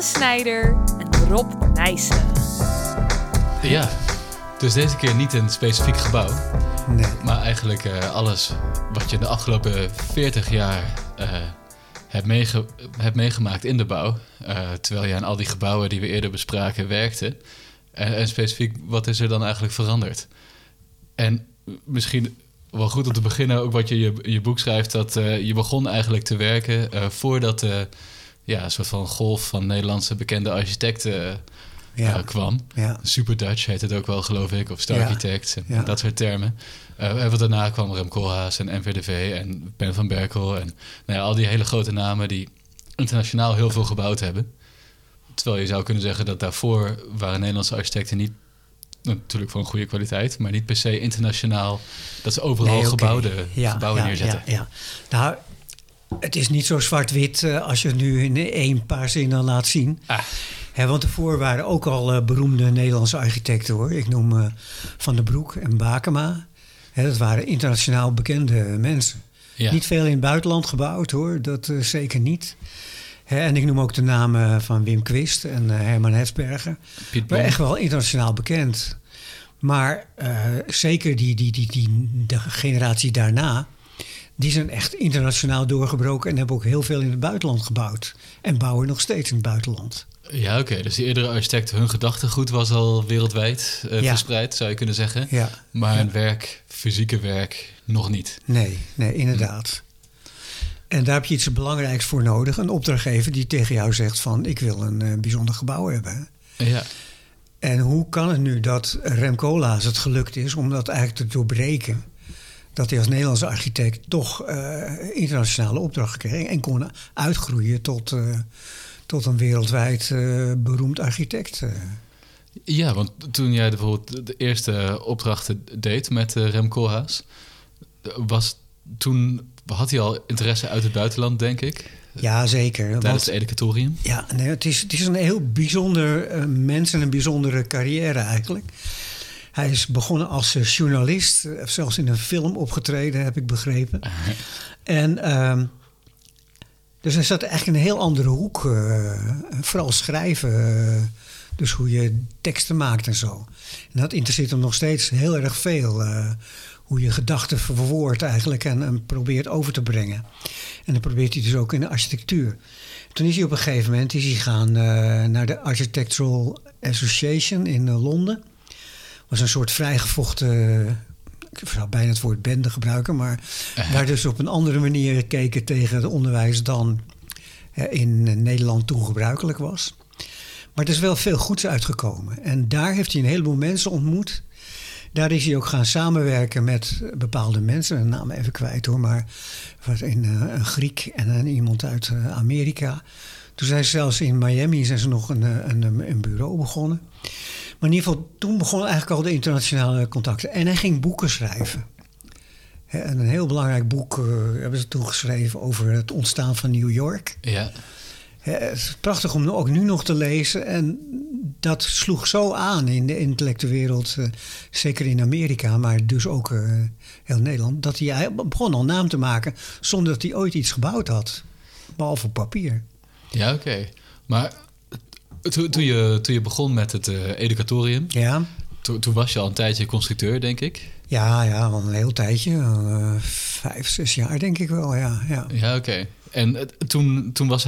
Lotte Snijder en Rob Nijssen. Ja, dus deze keer niet een specifiek gebouw. Nee. Maar eigenlijk alles wat je in de afgelopen 40 jaar hebt meegemaakt in de bouw. Terwijl je aan al die gebouwen die we eerder bespraken werkte. En specifiek, wat is er dan eigenlijk veranderd? En misschien wel goed om te beginnen, ook wat je in je boek schrijft, dat je begon eigenlijk te werken voordat een soort van golf van Nederlandse bekende architecten kwam. Ja. Super Dutch heet het ook wel, geloof ik, of Starchitects en dat soort termen. En daarna kwam Rem Koolhaas en NVDV en Ben van Berkel en al die hele grote namen die internationaal heel veel gebouwd hebben. Terwijl je zou kunnen zeggen dat daarvoor waren Nederlandse architecten niet, natuurlijk van goede kwaliteit, maar niet per se internationaal dat ze overal gebouwen neerzetten. Ja. Nou, het is niet zo zwart-wit als je het nu in een paar zinnen laat zien. Want ervoor waren ook al beroemde Nederlandse architecten, hoor. Ik noem Van der Broek en Bakema. Dat waren internationaal bekende mensen. Ja. Niet veel in het buitenland gebouwd, hoor. Dat zeker niet. En ik noem ook de namen van Wim Quist en Herman Hesberger. Maar echt wel internationaal bekend. Maar zeker de generatie daarna, die zijn echt internationaal doorgebroken en hebben ook heel veel in het buitenland gebouwd. En bouwen nog steeds in het buitenland. Ja, oké. Dus die eerdere architecten, hun gedachtegoed was al wereldwijd verspreid, zou je kunnen zeggen. Ja. Maar hun werk, fysieke werk, nog niet. Nee, inderdaad. En daar heb je iets belangrijks voor nodig. Een opdrachtgever die tegen jou zegt van, ik wil een bijzonder gebouw hebben. Ja. En hoe kan het nu dat Rem Koolhaas het gelukt is om dat eigenlijk te doorbreken? Dat hij als Nederlandse architect toch internationale opdrachten kreeg en kon uitgroeien tot een wereldwijd beroemd architect. Ja, want toen jij bijvoorbeeld de eerste opdrachten deed met Rem Koolhaas, had hij al interesse uit het buitenland, denk ik? Ja, zeker. Tijdens het educatorium? Ja, nee, het is een heel bijzonder mens en een bijzondere carrière eigenlijk. Hij is begonnen als journalist, zelfs in een film opgetreden, heb ik begrepen. En dus hij zat eigenlijk in een heel andere hoek. Vooral schrijven, dus hoe je teksten maakt en zo. En dat interesseert hem nog steeds heel erg veel. Hoe je gedachten verwoordt eigenlijk en probeert over te brengen. En dat probeert hij dus ook in de architectuur. Toen is hij op een gegeven moment gegaan naar de Architectural Association in Londen. Was een soort vrijgevochten, ik zou bijna het woord bende gebruiken, maar waar dus op een andere manier keken tegen het onderwijs dan in Nederland toen gebruikelijk was. Maar er is wel veel goeds uitgekomen. En daar heeft hij een heleboel mensen ontmoet. Daar is hij ook gaan samenwerken met bepaalde mensen. Een naam even kwijt hoor, maar een Griek en iemand uit Amerika. Toen zijn ze zelfs in Miami nog een bureau begonnen. Maar in ieder geval, toen begonnen eigenlijk al de internationale contacten. En hij ging boeken schrijven. En een heel belangrijk boek hebben ze toen geschreven over het ontstaan van New York. Ja. Het is prachtig om ook nu nog te lezen. En dat sloeg zo aan in de intellectuele zeker in Amerika, maar dus ook heel Nederland, dat hij begon al naam te maken zonder dat hij ooit iets gebouwd had. Behalve op papier. Ja, oké. Maar toen je begon met het educatorium, toen was je al een tijdje constructeur, denk ik? Ja, al een heel tijdje. 5, 6 jaar denk ik wel, ja. Ja, oké. En toen was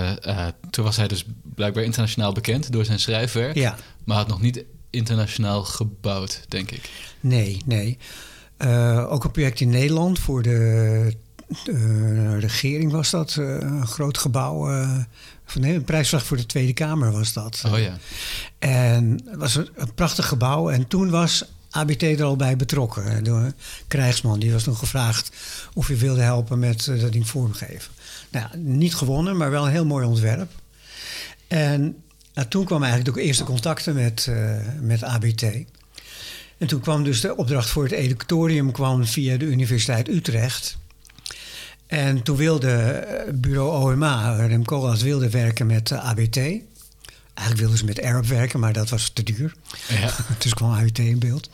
hij dus blijkbaar internationaal bekend door zijn schrijfwerk. Ja. Maar had nog niet internationaal gebouwd, denk ik. Nee. Ook een project in Nederland voor de regering was dat. Een groot gebouw. Een prijsvraag voor de Tweede Kamer was dat. Oh ja. En het was een prachtig gebouw. En toen was ABT er al bij betrokken. Door Krijgsman. Die was nog gevraagd of hij wilde helpen met dat ding vormgeven. Nou, niet gewonnen, maar wel een heel mooi ontwerp. En toen kwam eigenlijk de eerste contacten met ABT. En toen kwam dus de opdracht voor het educatorium via de Universiteit Utrecht. En toen wilde bureau OMA, Rem Koolhaas, wilde werken met ABT. Eigenlijk wilden ze met Arab werken, maar dat was te duur. Ja. Dus kwam ABT in beeld.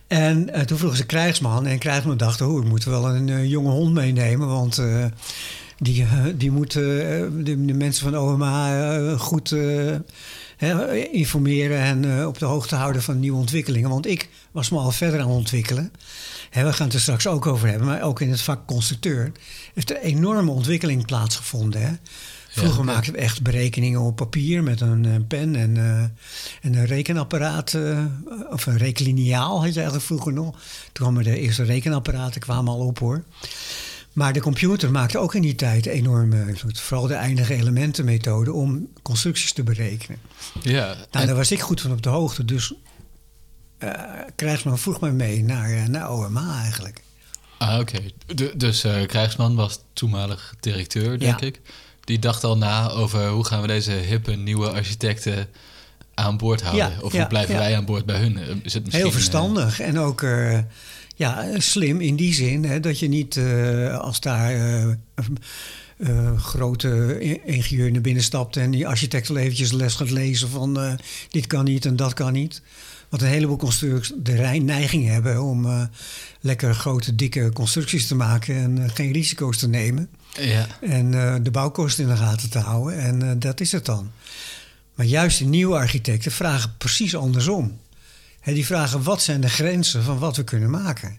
En toen vroegen ze Krijgsman. En Krijgsman dacht, ik moet wel een jonge hond meenemen. Want Die moeten de mensen van OMA goed informeren en op de hoogte houden van nieuwe ontwikkelingen. Want ik was me al verder aan het ontwikkelen. We gaan het er straks ook over hebben, maar ook in het vak constructeur heeft er enorme ontwikkeling plaatsgevonden. Hè? Vroeger maakten we echt berekeningen op papier met een pen en een rekenapparaat. Of een rekenliniaal had je eigenlijk vroeger nog. Toen kwamen de eerste rekenapparaten kwamen al op, hoor. Maar de computer maakte ook in die tijd enorme, vooral de eindige elementenmethode om constructies te berekenen. Ja. Nou, daar was ik goed van op de hoogte. Dus Krijgsman vroeg mij mee naar OMA eigenlijk. Oké. Dus Krijgsman was toenmalig directeur, denk ik. Die dacht al na over hoe gaan we deze hippe nieuwe architecten aan boord houden. Hoe blijven wij aan boord bij hun? Is het misschien, heel verstandig en ook slim in die zin. Hè, dat je niet als daar grote ingenieur naar binnen stapt en die architect wel eventjes les gaat lezen van dit kan niet en dat kan niet. Want een heleboel constructeurs de neiging hebben om lekker grote, dikke constructies te maken en geen risico's te nemen. Ja. En de bouwkosten in de gaten te houden. En dat is het dan. Maar juist de nieuwe architecten vragen precies andersom. Die vragen wat zijn de grenzen van wat we kunnen maken.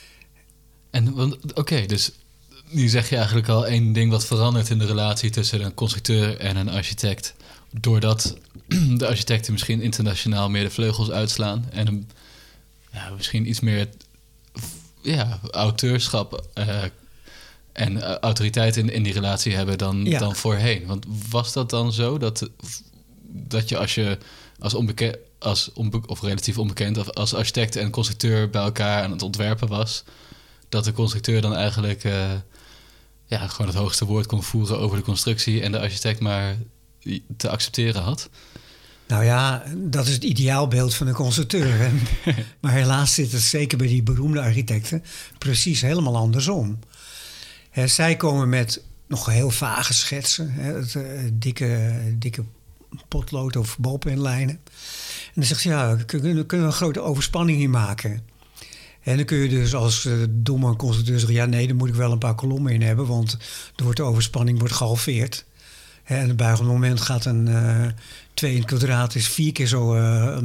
Oké, dus nu zeg je eigenlijk al één ding wat verandert in de relatie tussen een constructeur en een architect. Doordat de architecten misschien internationaal meer de vleugels uitslaan. En misschien iets meer auteurschap en autoriteit in die relatie hebben dan voorheen. Want was dat dan zo dat je of relatief onbekend of als architect en constructeur bij elkaar aan het ontwerpen was, dat de constructeur dan eigenlijk gewoon het hoogste woord kon voeren over de constructie en de architect maar te accepteren had? Nou ja, dat is het ideaalbeeld van een constructeur. Hè? Maar helaas zit het zeker bij die beroemde architecten precies helemaal andersom. Zij komen met nog heel vage schetsen. Dikke potlood of balpenlijnen. En dan zegt ze, kunnen we een grote overspanning hier maken? En dan kun je dus als domme constructeur zeggen, nee, dan moet ik wel een paar kolommen in hebben, want de overspanning wordt gehalveerd. En op een buigend moment gaat een 2 in het kwadraat is 4 keer zo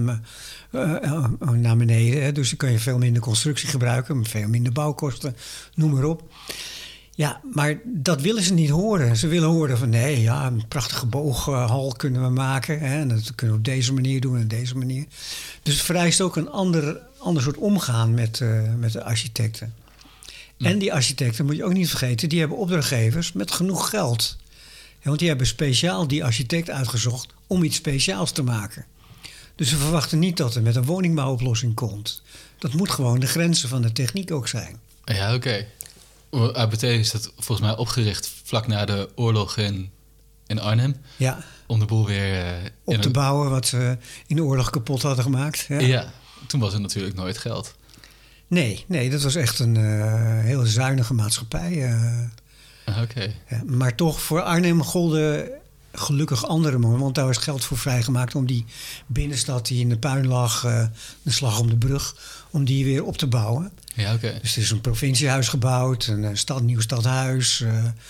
naar beneden. Hè? Dus dan kan je veel minder constructie gebruiken, veel minder bouwkosten, noem maar op. Ja, maar dat willen ze niet horen. Ze willen horen van een prachtige booghal kunnen we maken. Hè? En dat kunnen we op deze manier doen en deze manier. Dus het vereist ook een ander soort omgaan met de architecten. Ja. En die architecten, moet je ook niet vergeten, die hebben opdrachtgevers met genoeg geld. Ja, want die hebben speciaal die architect uitgezocht om iets speciaals te maken. Dus ze verwachten niet dat er met een woningbouwoplossing komt. Dat moet gewoon de grenzen van de techniek ook zijn. Ja, oké. ABT is dat volgens mij opgericht vlak na de oorlog in Arnhem. Ja. Om de boel weer op te bouwen wat ze in de oorlog kapot hadden gemaakt. Ja, toen was er natuurlijk nooit geld. Nee, dat was echt een heel zuinige maatschappij. Oké. Ja, maar toch, voor Arnhem golden gelukkig andere momenten. Want daar was geld voor vrijgemaakt om die binnenstad die in de puin lag, de slag om de brug, om die weer op te bouwen. Ja, oké. Dus er is een provinciehuis gebouwd, een nieuw stadhuis.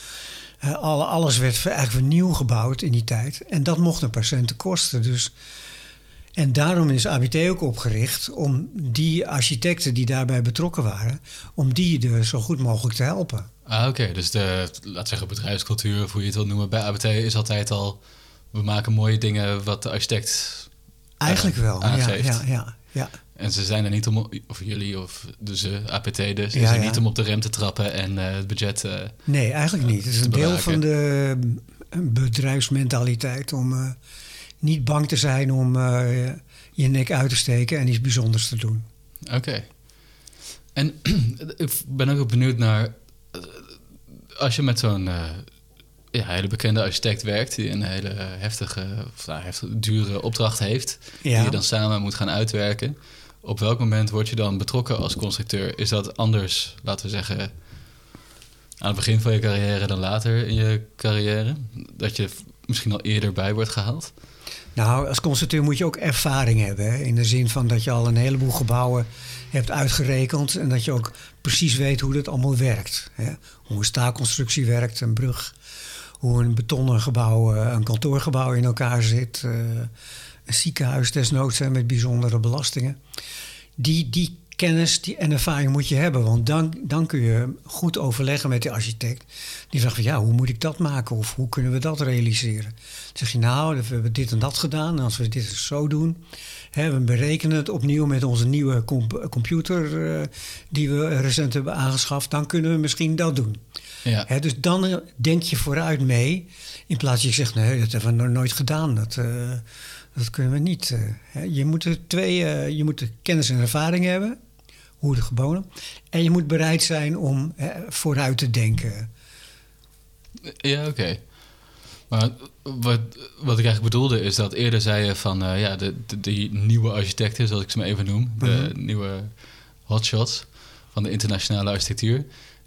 Alles werd eigenlijk vernieuw gebouwd in die tijd. En dat mocht een patiënten kosten. Dus, en daarom is ABT ook opgericht om die architecten die daarbij betrokken waren, om die er zo goed mogelijk te helpen. Oké. Dus laat zeggen bedrijfscultuur, of hoe je het wil noemen, bij ABT is altijd al, we maken mooie dingen wat de architect eigenlijk wel aangeeft. Ja. En ze zijn er niet om, of jullie, of de APT dus, is er niet om op de rem te trappen en het budget nee, eigenlijk niet. Het is een deel van de bedrijfsmentaliteit om niet bang te zijn om je nek uit te steken en iets bijzonders te doen. Oké. En ik ben ook benieuwd naar, als je met zo'n hele bekende architect werkt, die een hele heftige, dure opdracht heeft, die je dan samen moet gaan uitwerken. Op welk moment word je dan betrokken als constructeur? Is dat anders, laten we zeggen, aan het begin van je carrière dan later in je carrière? Dat je misschien al eerder bij wordt gehaald? Nou, als constructeur moet je ook ervaring hebben. Hè? In de zin van dat je al een heleboel gebouwen hebt uitgerekend. En dat je ook precies weet hoe dat allemaal werkt. Hè? Hoe een staalconstructie werkt, een brug. Hoe een betonnen gebouw, een kantoorgebouw in elkaar zit. Een ziekenhuis desnoods met bijzondere belastingen. Die kennis en ervaring moet je hebben. Want dan kun je goed overleggen met de architect. Die zegt van ja, hoe moet ik dat maken? Of hoe kunnen we dat realiseren? Dan zeg je nou, we hebben dit en dat gedaan. En als we dit zo doen. We berekenen het opnieuw met onze nieuwe computer die we recent hebben aangeschaft. Dan kunnen we misschien dat doen. Ja. Dus dan denk je vooruit mee. In plaats dat je zegt, nee, dat hebben we nog nooit gedaan. Dat kunnen we niet. Je moet de kennis en ervaring hebben. Hoe de geboden. En je moet bereid zijn om vooruit te denken. Ja, oké. Maar wat ik eigenlijk bedoelde is dat eerder zei je van... die nieuwe architecten, zoals ik ze maar even noem. De nieuwe hotshots van de internationale architectuur.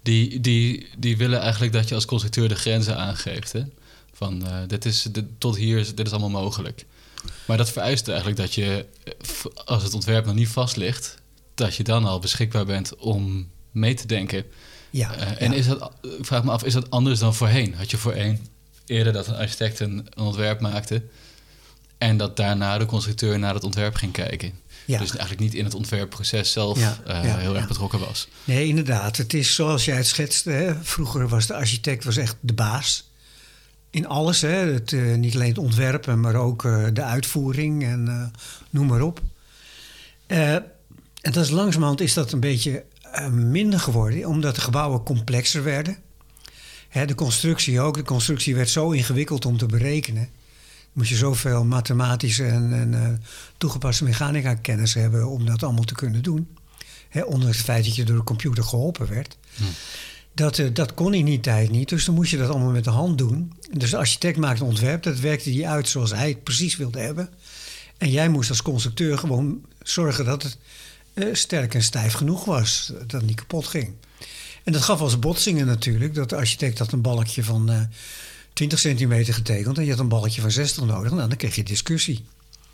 Die willen eigenlijk dat je als constructeur de grenzen aangeeft. Hè? Van tot hier, dit is allemaal mogelijk. Maar dat vereist eigenlijk dat je, als het ontwerp nog niet vast ligt... dat je dan al beschikbaar bent om mee te denken. Ja, en ik vraag me af, is dat anders dan voorheen? Had je voorheen eerder dat een architect een ontwerp maakte... en dat daarna de constructeur naar het ontwerp ging kijken? Ja. Dus eigenlijk niet in het ontwerpproces zelf heel erg betrokken was. Nee, inderdaad. Het is zoals jij het schetste. Hè? Vroeger was de architect echt de baas. In alles. Hè? Niet alleen het ontwerpen, maar ook de uitvoering en noem maar op. En dat is langzamerhand is dat een beetje minder geworden, omdat de gebouwen complexer werden. De constructie ook. De constructie werd zo ingewikkeld om te berekenen. Moest je zoveel mathematische en toegepaste mechanica kennis hebben om dat allemaal te kunnen doen. Ondanks het feit dat je door de computer geholpen werd. Dat kon in die tijd niet, dus dan moest je dat allemaal met de hand doen. Dus de architect maakte een ontwerp, dat werkte hij uit zoals hij het precies wilde hebben. En jij moest als constructeur gewoon zorgen dat het sterk en stijf genoeg was, dat het niet kapot ging. En dat gaf als botsingen natuurlijk, dat de architect had een balkje van 20 centimeter getekend en je had een balkje van 60 nodig. Nou, dan kreeg je discussie.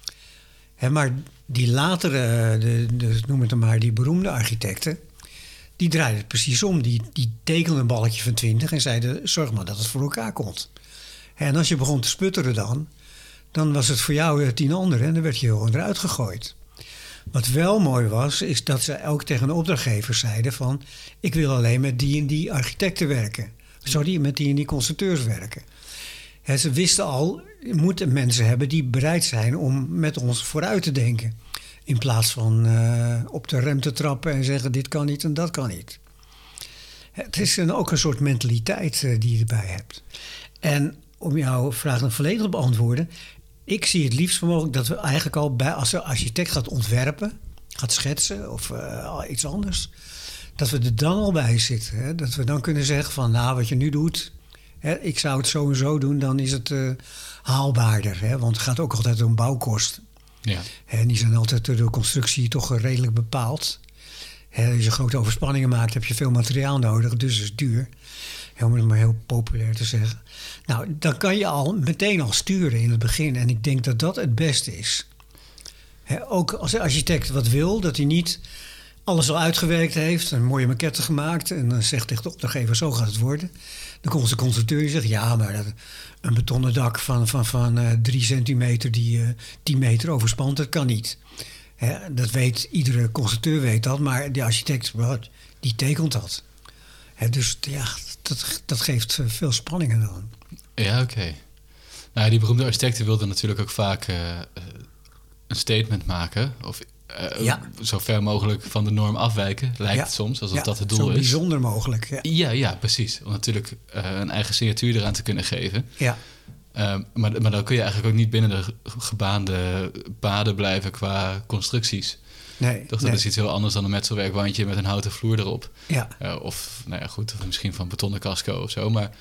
Maar die latere, noem het maar, die beroemde architecten, die draaiden het precies om. Die tekenden een balkje van 20 en zeiden, zorg maar dat het voor elkaar komt. En als je begon te sputteren dan was het voor jou 10 anderen en dan werd je gewoon eruit gegooid. Wat wel mooi was, is dat ze ook tegen de opdrachtgevers zeiden van, ik wil alleen met die en die architecten werken. Met die en die constructeurs werken. Ze wisten al, je moet mensen hebben die bereid zijn om met ons vooruit te denken. In plaats van op de rem te trappen en zeggen dit kan niet en dat kan niet. Het is ook een soort mentaliteit die je erbij hebt. En om jouw vraag dan volledig te beantwoorden. Ik zie het liefst mogelijk dat we eigenlijk al als de architect gaat ontwerpen, gaat schetsen of iets anders, dat we er dan al bij zitten. Hè? Dat we dan kunnen zeggen van nou wat je nu doet, ik zou het zo en zo doen, dan is het haalbaarder. Hè? Want het gaat ook altijd om bouwkosten. Ja. En die zijn altijd door de constructie toch redelijk bepaald. Als je grote overspanningen maakt, heb je veel materiaal nodig, dus is het duur. Om het maar heel populair te zeggen. Nou, dan kan je al meteen al sturen in het begin. En ik denk dat dat het beste is. Ook als de architect wat wil, dat hij niet alles al uitgewerkt heeft, een mooie maquette gemaakt en dan zegt tegen de opdrachtgever, zo gaat het worden. Dan komt de constructeur die zegt, ja, maar een betonnen dak van 3 centimeter die 10 meter overspant, dat kan niet. Dat weet, iedere constructeur weet dat, maar de architect, die tekent dat. Dus ja, dat geeft veel spanningen dan. Ja, oké. Nou, die beroemde architecten wilden natuurlijk ook vaak een statement maken. Of zo ver mogelijk van de norm afwijken. Lijkt het soms, alsof dat het doel is. Zo bijzonder mogelijk. Ja, precies. Om natuurlijk een eigen signatuur eraan te kunnen geven. Ja. Maar dan kun je eigenlijk ook niet binnen de gebaande paden blijven qua constructies. Nee, toch, dat is iets heel anders dan een metselwerkwandje met een houten vloer erop. Ja. Of misschien van betonnen casco of zo. Maar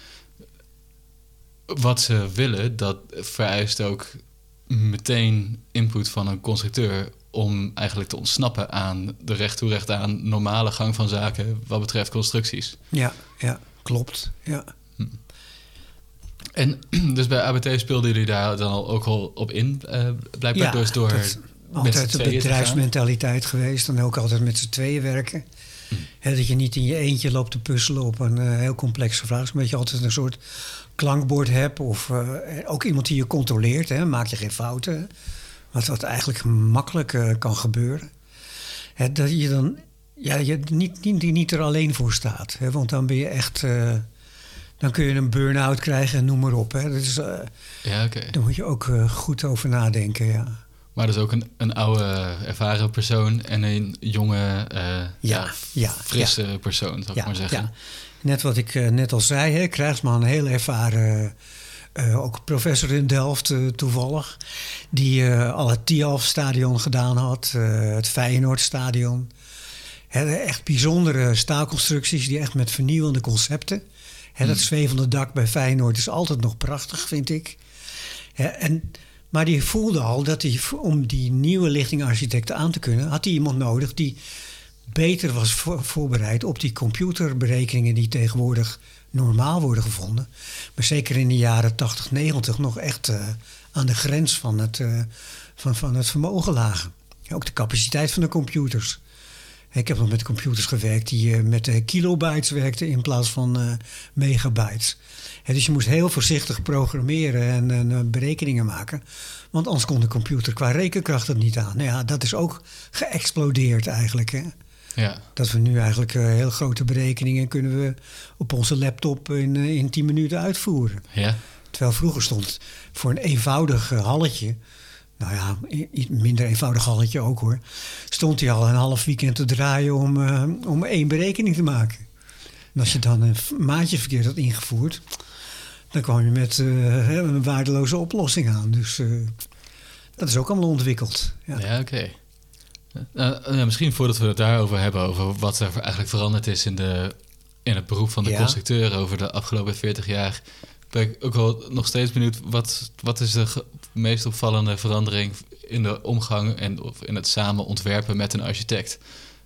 wat ze willen, dat vereist ook meteen input van een constructeur om eigenlijk te ontsnappen aan de recht aan normale gang van zaken wat betreft constructies. Ja, klopt. Ja. En dus bij ABT speelden jullie daar dan ook al op in? Blijkbaar dus door altijd de bedrijfsmentaliteit geweest. En ook altijd met z'n tweeën werken. Dat je niet in je eentje loopt te puzzelen op een heel complexe vraag. Maar dat je altijd een soort klankbord hebt. Of ook iemand die je controleert. Hè. Maak je geen fouten. Wat eigenlijk makkelijk kan gebeuren. Dat je dan je niet er alleen voor staat. Hè. Want dan ben je echt... dan kun je een burn-out krijgen en noem maar op. Hè. Dus, daar moet je ook goed over nadenken, ja. Maar dat is ook een oude, ervaren persoon en een jonge, frisse persoon, zou ik maar zeggen. Ja. Net wat ik net al zei, hè, krijgsman, heel ervaren, ook professor in Delft toevallig, die al het Tialf-stadion gedaan had, het Feyenoord-stadion. Echt bijzondere staalconstructies, die echt met vernieuwende concepten. Dat zwevende dak bij Feyenoord is altijd nog prachtig, vind ik. Maar die voelde al dat hij, om die nieuwe lichtingarchitecten aan te kunnen, had hij iemand nodig die beter was voorbereid op die computerberekeningen die tegenwoordig normaal worden gevonden. Maar zeker in de jaren 80, 90 nog echt aan de grens van het vermogen lagen. Ook de capaciteit van de computers. Ik heb nog met computers gewerkt die met kilobytes werkten in plaats van megabytes. Dus je moest heel voorzichtig programmeren en berekeningen maken. Want anders kon de computer qua rekenkracht het niet aan. Nou ja, dat is ook geëxplodeerd eigenlijk. Hè? Ja. Dat we nu eigenlijk heel grote berekeningen kunnen we op onze laptop in 10 minuten uitvoeren. Ja. Terwijl vroeger stond voor een eenvoudig halletje... Nou ja, minder eenvoudig halletje ook hoor. Stond hij al een half weekend te draaien om 1 berekening te maken. En als je dan een maatje verkeerd had ingevoerd... dan kwam je met een waardeloze oplossing aan. Dus dat is ook allemaal ontwikkeld. Ja, oké. Misschien voordat we het daarover hebben... over wat er eigenlijk veranderd is in het beroep van de constructeur... over de afgelopen 40 jaar... ben ik ook wel nog steeds benieuwd... wat is de meest opvallende verandering in de omgang... en of in het samen ontwerpen met een architect?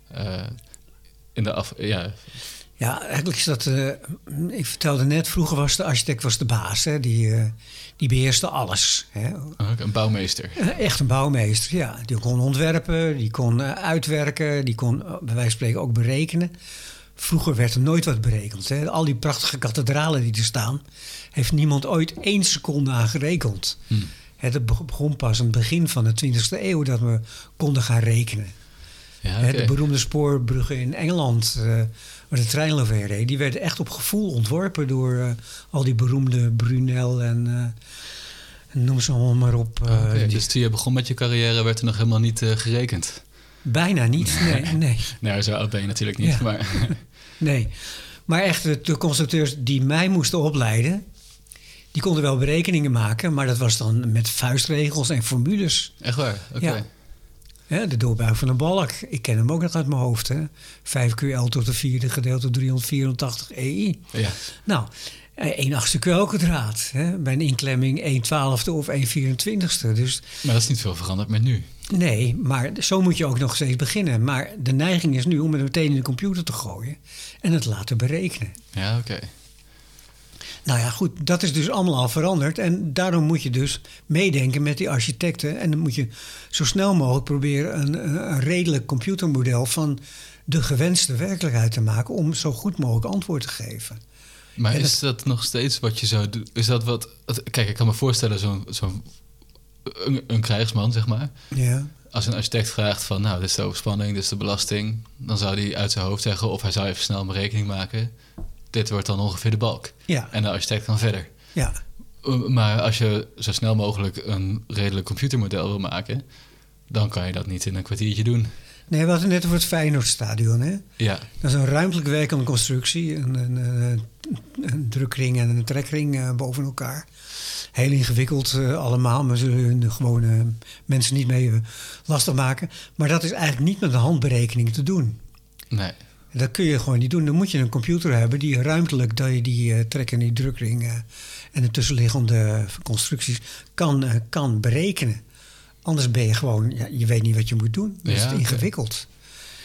Ja, eigenlijk is dat... ik vertelde net, vroeger was de architect de baas. Hè? Die beheerste alles. Hè? Een bouwmeester. Echt een bouwmeester, ja. Die kon ontwerpen, die kon uitwerken... die kon bij wijze van spreken ook berekenen. Vroeger werd er nooit wat berekend. Hè? Al die prachtige kathedralen die er staan... heeft niemand ooit 1 seconde aan gerekend. Het begon pas aan het begin van de 20e eeuw... dat we konden gaan rekenen. Ja, okay. De beroemde spoorbruggen in Engeland... waar de trein reed... die werden echt op gevoel ontworpen... door al die beroemde Brunel en noem ze allemaal maar op. Dus toen je begon met je carrière... werd er nog helemaal niet gerekend? Bijna niet, nee. Nou, zo oud ben je natuurlijk niet, maar... Nee, maar echt de constructeurs die mij moesten opleiden... die konden wel berekeningen maken... maar dat was dan met vuistregels en formules. Echt waar? Oké. Ja, de doorbuig van een balk. Ik ken hem ook nog uit mijn hoofd. Hè? 5qL tot de 4e gedeeld door 384 EI. Ja. Nou, 1/8 kwadraat. Bij een inklemming 1/12 of 1/24. Dus, maar dat is niet veel veranderd met nu. Nee, maar zo moet je ook nog steeds beginnen. Maar de neiging is nu om het meteen in de computer te gooien... en het laten berekenen. Ja, oké. Nou ja, goed, dat is dus allemaal al veranderd. En daarom moet je dus meedenken met die architecten. En dan moet je zo snel mogelijk proberen een redelijk computermodel... van de gewenste werkelijkheid te maken... om zo goed mogelijk antwoord te geven. Maar is dat nog steeds wat je zou doen? Is dat wat... Kijk, ik kan me voorstellen, een krijgsman, zeg maar. Ja. Als een architect vraagt van... nou, dit is de overspanning, dit is de belasting... dan zou hij uit zijn hoofd zeggen... of hij zou even snel een berekening maken... dit wordt dan ongeveer de balk. Ja. En de architect kan verder. Ja. Maar als je zo snel mogelijk een redelijk computermodel wil maken... dan kan je dat niet in een kwartiertje doen. Nee, we hadden net over het Feyenoordstadion, hè? Ja. Dat is een ruimtelijk werkende constructie. Een drukring en een trekring boven elkaar. Heel ingewikkeld allemaal, maar zullen de gewone mensen niet mee lastig maken. Maar dat is eigenlijk niet met een handberekening te doen. Nee. Dat kun je gewoon niet doen. Dan moet je een computer hebben die ruimtelijk... dat je die trek en die drukring en de tussenliggende constructies kan berekenen. Anders ben je gewoon... Ja, je weet niet wat je moet doen. Dat is ingewikkeld.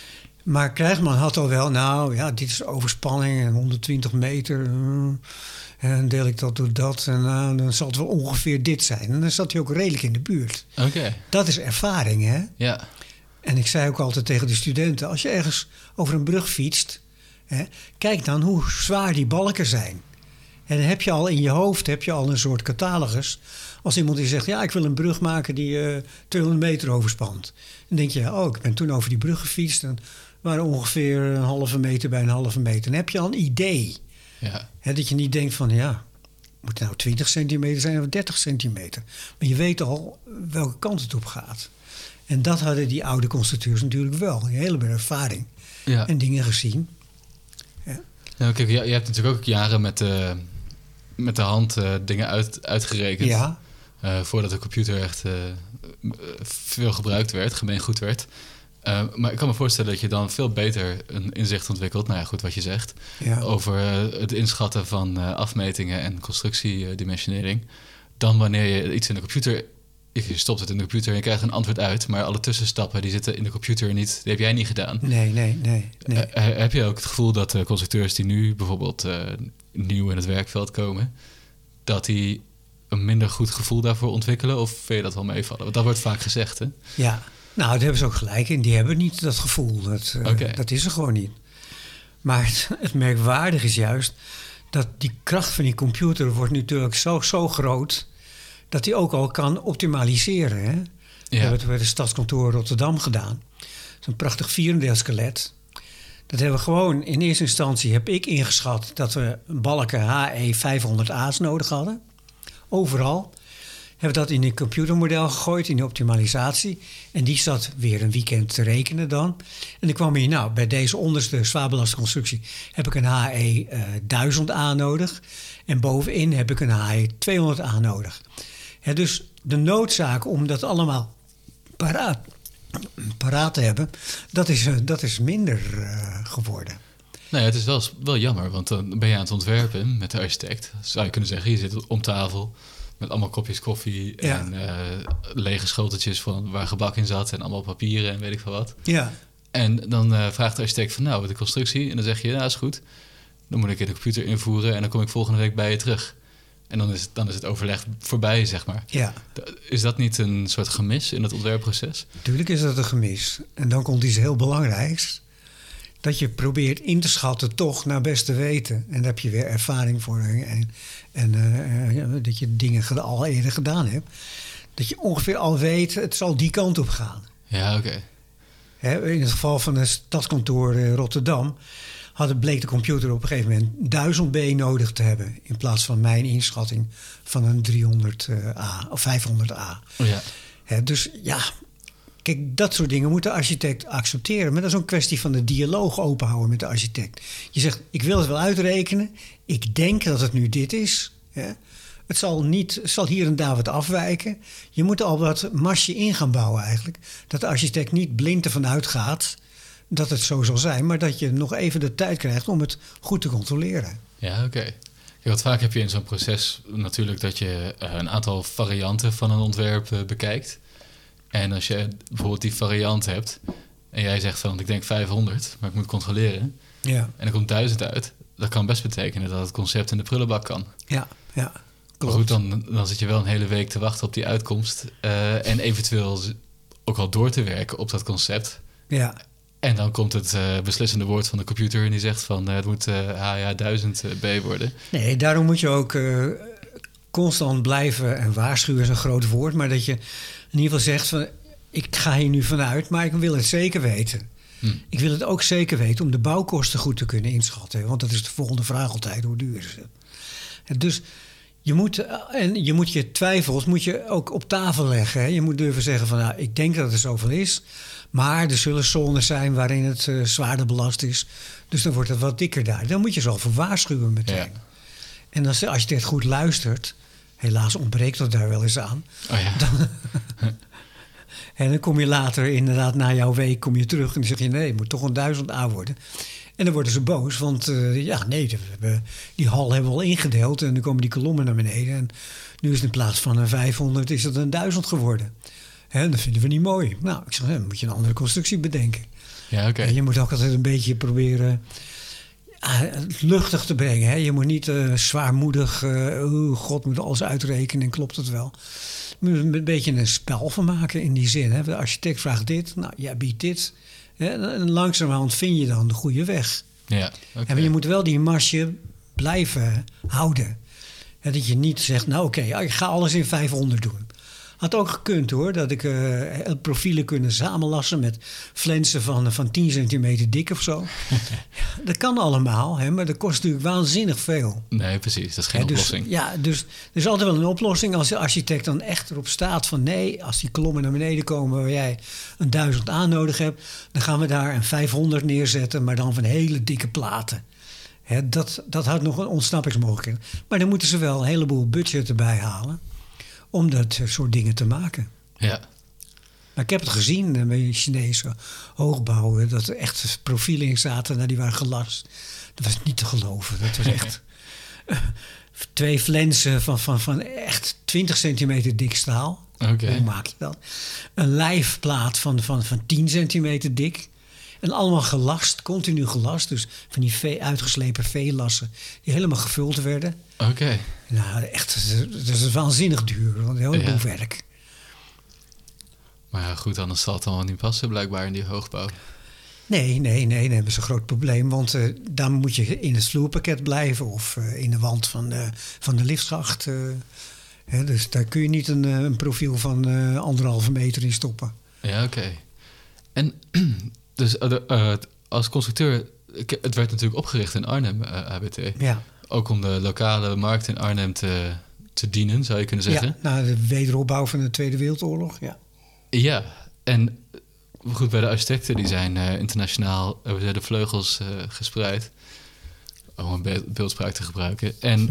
Maar Krijgsman had al wel... nou ja, dit is overspanning en 120 meter. En dan deel ik dat door dat. En dan zal het wel ongeveer dit zijn. En dan zat hij ook redelijk in de buurt. Oké. Dat is ervaring, hè? Ja. En ik zei ook altijd tegen de studenten... als je ergens over een brug fietst... Hè, kijk dan hoe zwaar die balken zijn. En dan heb je al in je hoofd een soort catalogus. Als iemand die zegt... ja, ik wil een brug maken die 200 meter overspant. Dan denk je, ik ben toen over die brug gefietst... en waren ongeveer een halve meter bij een halve meter. Dan heb je al een idee. Ja. Hè, dat je niet denkt van, ja... moet het nou 20 centimeter zijn of 30 centimeter? Maar je weet al welke kant het op gaat. En dat hadden die oude constructeurs natuurlijk wel. Een heleboel ervaring. Ja. En dingen gezien. Ja. Nou, kijk, je hebt natuurlijk ook jaren met de hand dingen uitgerekend. Ja. Voordat de computer echt veel gebruikt werd, gemeengoed werd. Maar ik kan me voorstellen dat je dan veel beter een inzicht ontwikkelt. Nou ja, goed wat je zegt. Ja. Over het inschatten van afmetingen en constructiedimensionering. Dan wanneer je iets in de computer... Je stopt het in de computer en je krijgt een antwoord uit. Maar alle tussenstappen die zitten in de computer niet. Die heb jij niet gedaan. Nee. Heb je ook het gevoel dat de constructeurs die nu bijvoorbeeld nieuw in het werkveld komen... dat die een minder goed gevoel daarvoor ontwikkelen? Of vind je dat wel meevallen? Want dat wordt vaak gezegd, hè? Ja, nou, daar hebben ze ook gelijk in. Die hebben niet dat gevoel. Dat is er gewoon niet. Maar het merkwaardige is juist... dat die kracht van die computer wordt natuurlijk zo groot... dat die ook al kan optimaliseren. Hè? We hebben het bij de Stadskantoor Rotterdam gedaan. Zo'n prachtig vierendeel-skelet. Dat hebben we gewoon... In eerste instantie heb ik ingeschat... dat we balken HE 500A's nodig hadden. Overal. Hebben we dat in een computermodel gegooid... in de optimalisatie. En die zat weer een weekend te rekenen dan. En dan kwam hier... bij deze onderste zwaarbelaste constructie... heb ik een HE 1000A nodig. En bovenin heb ik een HE 200A nodig. Ja, dus de noodzaak om dat allemaal paraat te hebben... dat is minder geworden. Nou ja, het is wel jammer, want dan ben je aan het ontwerpen met de architect. Zou je kunnen zeggen, je zit om tafel met allemaal kopjes koffie... en lege schoteltjes van waar gebak in zat... en allemaal papieren en weet ik veel wat. Ja. En dan vraagt de architect van de constructie... en dan zeg je, is goed. Dan moet ik in de computer invoeren... en dan kom ik volgende week bij je terug... En dan is het overleg voorbij, zeg maar. Ja. Is dat niet een soort gemis in het ontwerpproces? Tuurlijk is dat een gemis. En dan komt iets heel belangrijks. Dat je probeert in te schatten toch naar beste weten. En daar heb je weer ervaring voor. En dat je dingen al eerder gedaan hebt. Dat je ongeveer al weet, het zal die kant op gaan. Ja, oké. In het geval van het Stadskantoor Rotterdam... bleek de computer op een gegeven moment 1000B nodig te hebben... in plaats van mijn inschatting van een 300A of 500A. Oh ja. Dus ja, kijk, dat soort dingen moet de architect accepteren. Maar dat is ook een kwestie van de dialoog openhouden met de architect. Je zegt, ik wil het wel uitrekenen. Ik denk dat het nu dit is. Het zal hier en daar wat afwijken. Je moet al wat masje in gaan bouwen eigenlijk. Dat de architect niet blind ervan uitgaat... dat het zo zal zijn, maar dat je nog even de tijd krijgt om het goed te controleren. Ja, oké. Kijk, want vaak heb je in zo'n proces natuurlijk dat je een aantal varianten van een ontwerp bekijkt. En als je bijvoorbeeld die variant hebt en jij zegt van ik denk 500, maar ik moet controleren. Ja. En er komt 1000 uit. Dat kan best betekenen dat het concept in de prullenbak kan. Ja, klopt. Maar goed, dan zit je wel een hele week te wachten op die uitkomst. En eventueel ook al door te werken op dat concept. Ja. En dan komt het beslissende woord van de computer... en die zegt van het moet HA 1000B worden. Nee, daarom moet je ook constant blijven... en waarschuwen is een groot woord... maar dat je in ieder geval zegt van... ik ga hier nu vanuit, maar ik wil het zeker weten. Ik wil het ook zeker weten om de bouwkosten goed te kunnen inschatten. Want dat is de volgende vraag altijd, hoe duur is het? En dus je moet je twijfels ook op tafel leggen. Hè? Je moet durven zeggen van ik denk dat het zoveel is... maar er zullen zones zijn waarin het zwaarder belast is. Dus dan wordt het wat dikker daar. Dan moet je ze al voor waarschuwen meteen. Ja. En als de architect goed luistert... helaas ontbreekt dat daar wel eens aan... Oh ja. En dan kom je later inderdaad na jouw week kom je terug... en dan zeg je nee, het moet toch een 1000A worden... En dan worden ze boos, want die hal hebben we al ingedeeld... en dan komen die kolommen naar beneden. En nu is het in plaats van een 500 is het een 1000 geworden. En dat vinden we niet mooi. Nou, ik zeg, dan moet je een andere constructie bedenken. Ja, oké. En je moet ook altijd een beetje proberen... luchtig te brengen. Hè? Je moet niet zwaarmoedig... God moet alles uitrekenen en klopt het wel. Je moet een beetje een spel van maken in die zin. Hè? De architect vraagt dit, nou, jij biedt dit. Hè? En langzamerhand vind je dan de goede weg. Ja, okay. En je moet wel die marge blijven houden. Hè? Dat je niet zegt, nou oké, ik ga alles in 500 doen. Had ook gekund hoor, dat ik profielen kunnen samenlassen met flensen van 10 centimeter dik of zo. Dat kan allemaal, hè, maar dat kost natuurlijk waanzinnig veel. Nee, precies, dat is geen oplossing. Dus er is altijd wel een oplossing als de architect dan echt erop staat van nee, als die kolommen naar beneden komen waar jij een 1000 aan nodig hebt, dan gaan we daar een 500 neerzetten, maar dan van hele dikke platen. Hè, dat houdt nog een ontsnappingsmogelijkheid. Maar dan moeten ze wel een heleboel budget erbij halen om dat soort dingen te maken. Ja. Maar ik heb het gezien bij Chinese hoogbouwen, dat er echt profielen in zaten, nou, die waren gelast. Dat was niet te geloven. Dat was echt 2 flensen van echt 20 centimeter dik staal. Okay. Hoe maak je dat? Een lijfplaat van 10 centimeter dik. En allemaal gelast, continu gelast. Dus van die uitgeslepen veelassen die helemaal gevuld werden. Oké. Nou, echt, dat is waanzinnig duur. Want een heleboel werk. Maar ja, goed, anders zal het allemaal niet passen blijkbaar in die hoogbouw. Nee, dan hebben ze een groot probleem. Want dan moet je in het vloerpakket blijven of in de wand van de liftschacht. Dus daar kun je niet een profiel van 1,5 meter in stoppen. Ja, oké. En dus als constructeur, het werd natuurlijk opgericht in Arnhem, ABT. Ja. Ook om de lokale markt in Arnhem te dienen, zou je kunnen zeggen. Ja, na de wederopbouw van de Tweede Wereldoorlog, ja. Ja, en goed, bij de architecten, die zijn internationaal over de vleugels gespreid. Om een beeldspraak te gebruiken. En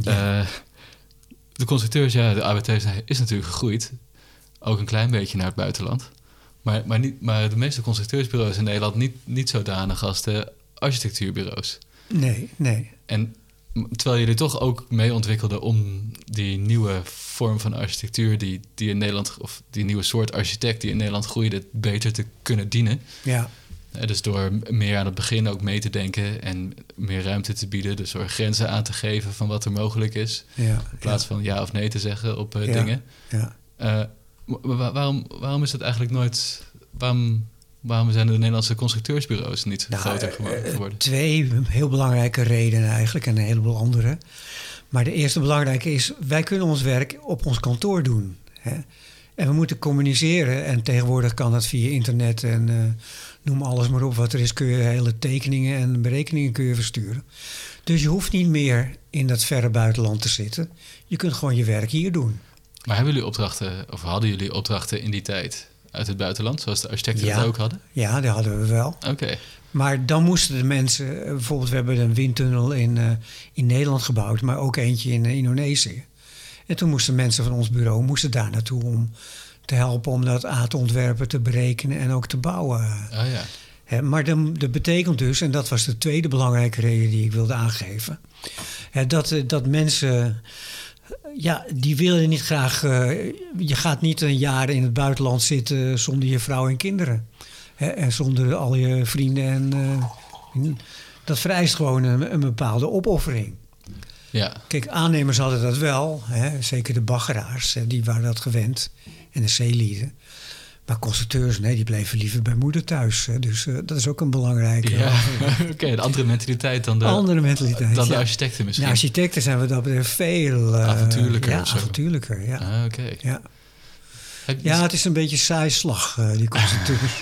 de constructeurs, de ABT is natuurlijk gegroeid. Ook een klein beetje naar het buitenland. Maar de meeste constructeursbureaus in Nederland niet zodanig als de architectuurbureaus. Nee. En terwijl jullie toch ook mee ontwikkelden om die nieuwe vorm van architectuur die in Nederland, of die nieuwe soort architect die in Nederland groeide, beter te kunnen dienen. Ja. Dus door meer aan het begin ook mee te denken en meer ruimte te bieden. Dus door grenzen aan te geven van wat er mogelijk is. Ja, in plaats van ja of nee te zeggen op dingen. Ja. Waarom is het eigenlijk nooit... Waarom zijn de Nederlandse constructeursbureaus niet groter geworden? 2 heel belangrijke redenen eigenlijk en een heleboel andere. Maar de eerste belangrijke is, wij kunnen ons werk op ons kantoor doen. Hè? En we moeten communiceren. En tegenwoordig kan dat via internet en noem alles maar op wat er is. Kun je hele tekeningen en berekeningen kun je versturen. Dus je hoeft niet meer in dat verre buitenland te zitten. Je kunt gewoon je werk hier doen. Maar hebben jullie opdrachten, of hadden jullie opdrachten in die tijd uit het buitenland, zoals de architecten dat ook hadden? Ja, die hadden we wel. Oké. Maar dan moesten de mensen, bijvoorbeeld we hebben een windtunnel in Nederland gebouwd, maar ook eentje in Indonesië. En toen moesten mensen van ons bureau daar naartoe om te helpen om dat te ontwerpen, te berekenen en ook te bouwen. Oh ja. Maar dat betekent dus, en dat was de tweede belangrijke reden die ik wilde aangeven, dat mensen... Ja, die willen niet graag... je gaat niet een jaar in het buitenland zitten zonder je vrouw en kinderen. En zonder al je vrienden. Dat vereist gewoon een bepaalde opoffering. Ja. Kijk, aannemers hadden dat wel. Zeker de baggeraars, die waren dat gewend. En de zeelieden. Maar constructeurs, nee, die bleven liever bij moeder thuis. Dus dat is ook een belangrijke... Ja, oké, een andere mentaliteit dan de architecten misschien. De architecten zijn wat dat betreft veel... avontuurlijker. Ja, avontuurlijker, ja. Ah, oké. Ja. Ja, het is een beetje saai slag, die constructeurs.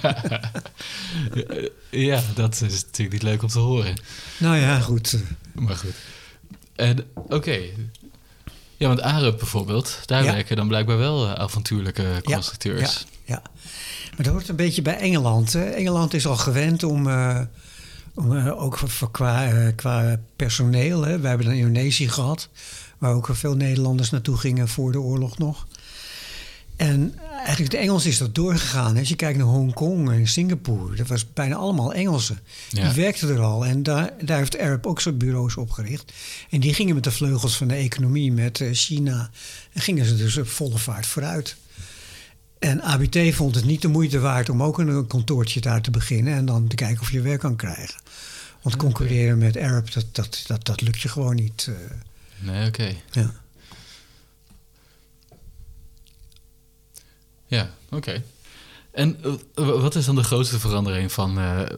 Ja, dat is natuurlijk niet leuk om te horen. Nou ja, goed. Maar goed. En oké. Ja, want Arup bijvoorbeeld, daar werken dan blijkbaar wel avontuurlijke constructeurs. Ja. Maar dat hoort een beetje bij Engeland. Hè. Engeland is al gewend om ook qua personeel... Hè. We hebben dan Indonesië gehad, waar ook veel Nederlanders naartoe gingen voor de oorlog nog. En eigenlijk de Engels is dat doorgegaan. Als je kijkt naar Hongkong en Singapore, dat was bijna allemaal Engelsen. Die werkten er al en daar heeft Arup ook zo'n bureaus opgericht. En die gingen met de vleugels van de economie met China. En gingen ze dus op volle vaart vooruit. En ABT vond het niet de moeite waard om ook een kantoortje daar te beginnen en dan te kijken of je werk kan krijgen. Want concurreren met Arab, dat lukt je gewoon niet. Nee, oké. Ja. Ja, oké. En wat is dan de grootste verandering van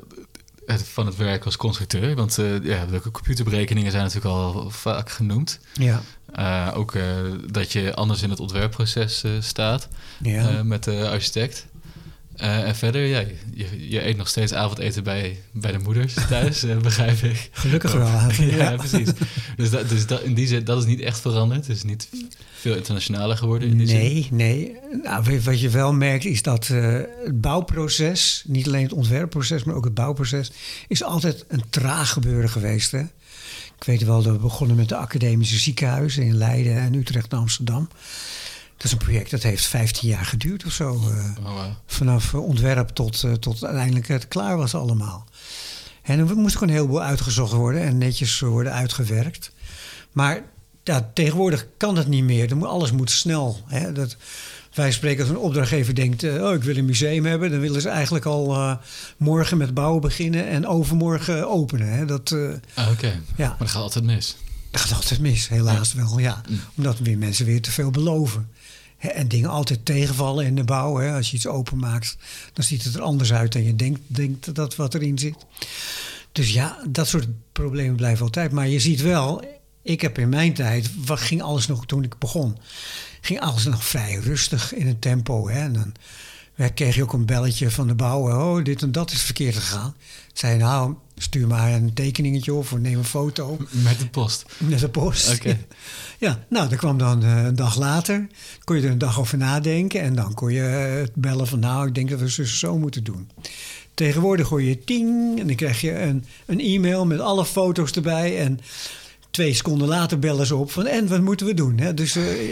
het werk als constructeur? Want de computerberekeningen zijn natuurlijk al vaak genoemd. Ja. Ook dat je anders in het ontwerpproces staat met de architect. En verder, je eet nog steeds avondeten bij de moeders thuis, begrijp ik. Gelukkig wel. Ja, precies. Dus in die zin, dat is niet echt veranderd. Het is niet veel internationaler geworden in die zin. Nee. Nou, wat je wel merkt is dat het bouwproces, niet alleen het ontwerpproces, maar ook het bouwproces, is altijd een traag gebeuren geweest. Hè? Ik weet wel, we begonnen met de academische ziekenhuizen in Leiden en Utrecht en Amsterdam. Dat is een project dat heeft 15 jaar geduurd of zo. Wow. Vanaf ontwerp tot uiteindelijk het klaar was allemaal. En er moest ook een heleboel uitgezocht worden en netjes worden uitgewerkt. Maar tegenwoordig kan dat niet meer. Alles moet snel. Hè? Wij spreken als een opdrachtgever denkt, ik wil een museum hebben. Dan willen ze eigenlijk al morgen met bouwen beginnen en overmorgen openen. Hè? Oké. Ja. Maar dat gaat altijd mis. Dat gaat altijd mis, helaas wel, ja. Omdat weer mensen weer te veel beloven. En dingen altijd tegenvallen in de bouw. Hè. Als je iets openmaakt, dan ziet het er anders uit dan je denkt dat wat erin zit. Dus ja, dat soort problemen blijven altijd. Maar je ziet wel, ik heb in mijn tijd, ging alles nog toen ik begon, ging alles nog vrij rustig in een tempo. Hè. En dan kreeg je ook een belletje van de bouwer. Dit en dat is verkeerd gegaan. Zei nou, stuur maar een tekeningetje of neem een foto. Met de post? Met de post. Oké. Ja, nou, dat kwam dan een dag later. Kon je er een dag over nadenken. En dan kon je bellen van nou, ik denk dat we zo moeten doen. Tegenwoordig hoor je ting. En dan krijg je een e-mail met alle foto's erbij. En 2 seconden later bellen ze op van en wat moeten we doen? Hè? Dus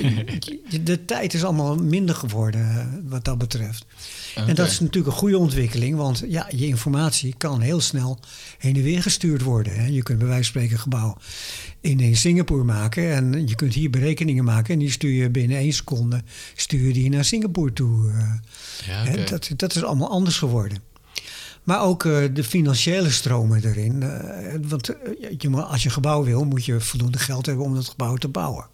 de tijd is allemaal minder geworden wat dat betreft. Okay. En dat is natuurlijk een goede ontwikkeling, want ja, je informatie kan heel snel heen en weer gestuurd worden. Hè? Je kunt bij wijze van spreken een gebouw in Singapore maken en je kunt hier berekeningen maken en die stuur je binnen 1 seconde die naar Singapore toe. Ja, okay. Dat is allemaal anders geworden. Maar ook de financiële stromen erin. Want als je een gebouw wil, moet je voldoende geld hebben om dat gebouw te bouwen.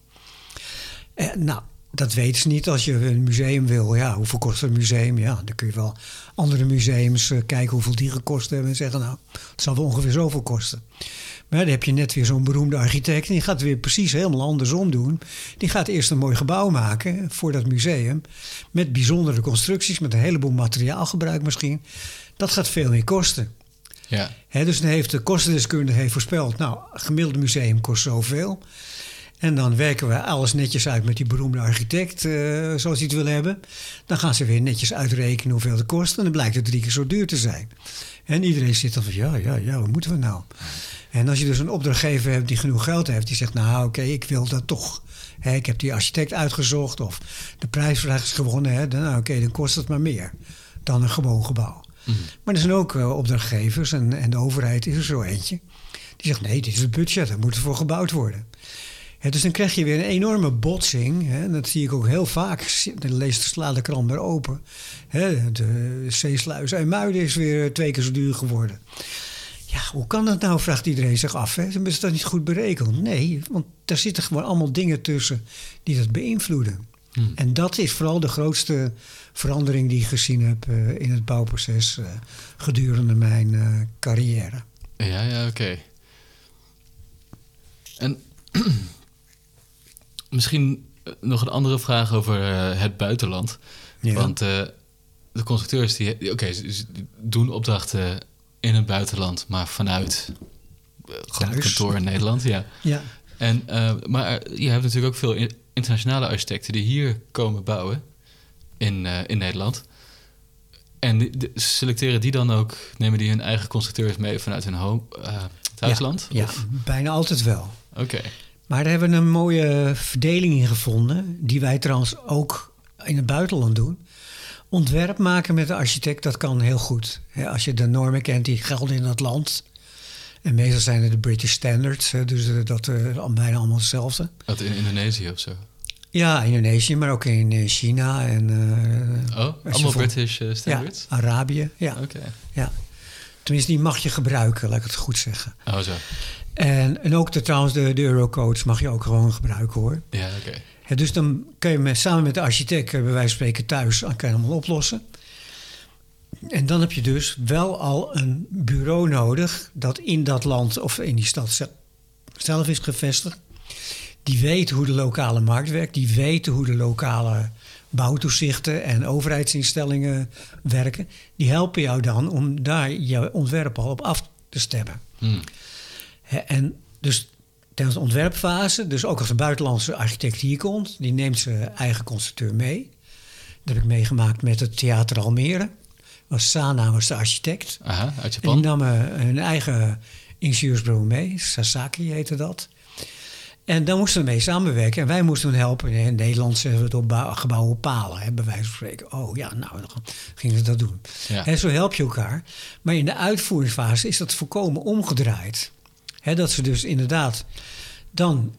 Nou, dat weten ze niet als je een museum wil. Ja, hoeveel kost een museum? Ja, dan kun je wel andere museums kijken hoeveel die gekost hebben en zeggen, nou, het zal wel ongeveer zoveel kosten. Maar dan heb je net weer zo'n beroemde architect en die gaat het weer precies helemaal andersom doen. Die gaat eerst een mooi gebouw maken voor dat museum met bijzondere constructies, met een heleboel materiaalgebruik misschien. Dat gaat veel meer kosten. Ja. Dus dan heeft de kostendeskundige voorspeld, nou, een gemiddeld museum kost zoveel. En dan werken we alles netjes uit met die beroemde architect, zoals hij het wil hebben. Dan gaan ze weer netjes uitrekenen hoeveel het kost. En dan blijkt het 3 keer zo duur te zijn. En iedereen zit dan van, ja, wat moeten we nou? En als je dus een opdrachtgever hebt die genoeg geld heeft, die zegt, nou oké, ik wil dat toch. Ik heb die architect uitgezocht of de prijsvraag is gewonnen. Dan kost het maar meer dan een gewoon gebouw. Maar er zijn ook opdrachtgevers en de overheid is er zo eentje. Die zegt, nee, dit is het budget, daar moet er voor gebouwd worden. Dus dan krijg je weer een enorme botsing. En dat zie ik ook heel vaak. Dan sla de krant weer open. De zeesluis IJmuiden is weer 2 keer zo duur geworden. Ja, hoe kan dat nou, vraagt iedereen zich af. Hebben ze dat niet goed berekend? Nee, want daar zitten gewoon allemaal dingen tussen die dat beïnvloeden. En dat is vooral de grootste verandering die ik gezien heb in het bouwproces gedurende mijn carrière. Ja, oké. En misschien nog een andere vraag over het buitenland. Ja. Want de constructeurs die doen opdrachten in het buitenland, maar vanuit gewoon het kantoor in Nederland. Ja. Maar je hebt natuurlijk ook veel internationale architecten die hier komen bouwen in Nederland. En selecteren die dan ook, nemen die hun eigen constructeurs mee vanuit hun thuisland? Ja, bijna altijd wel. Oké. Maar daar hebben we een mooie verdeling in gevonden, die wij trouwens ook in het buitenland doen. Ontwerp maken met de architect, dat kan heel goed. Als je de normen kent die gelden in dat land. En meestal zijn het de British Standards, dus dat bijna allemaal hetzelfde. Dat in Indonesië of zo? Ja, Indonesië, maar ook in China. En, allemaal British Standards? Ja, Arabië, ja. Okay. Ja. Tenminste, die mag je gebruiken, laat ik het goed zeggen. Oh, zo. En ook trouwens de Eurocodes mag je ook gewoon gebruiken, hoor. Ja, oké. Ja, dus dan kun je samen met de architect, bij wijze van spreken thuis, kan je allemaal oplossen. En dan heb je dus wel al een bureau nodig dat in dat land of in die stad zelf is gevestigd. Die weten hoe de lokale markt werkt. Die weten hoe de lokale bouwtoezichten en overheidsinstellingen werken. Die helpen jou dan om daar je ontwerp al op af te stemmen. En dus tijdens de ontwerpfase, dus ook als een buitenlandse architect hier komt, die neemt zijn eigen constructeur mee. Dat heb ik meegemaakt met het Theater Almere. Sana was de architect. Aha, uit Japan. En die nam hun eigen ingenieursbureau mee. Sasaki heette dat. En daar moesten we mee samenwerken. En wij moesten hen helpen. In Nederland zeggen we het op gebouwen op palen. Bij wijze van spreken. Oh ja, nou, dan gingen ze dat doen. Ja. En zo help je elkaar. Maar in de uitvoeringsfase is dat volkomen omgedraaid. Dat ze dus inderdaad... Dan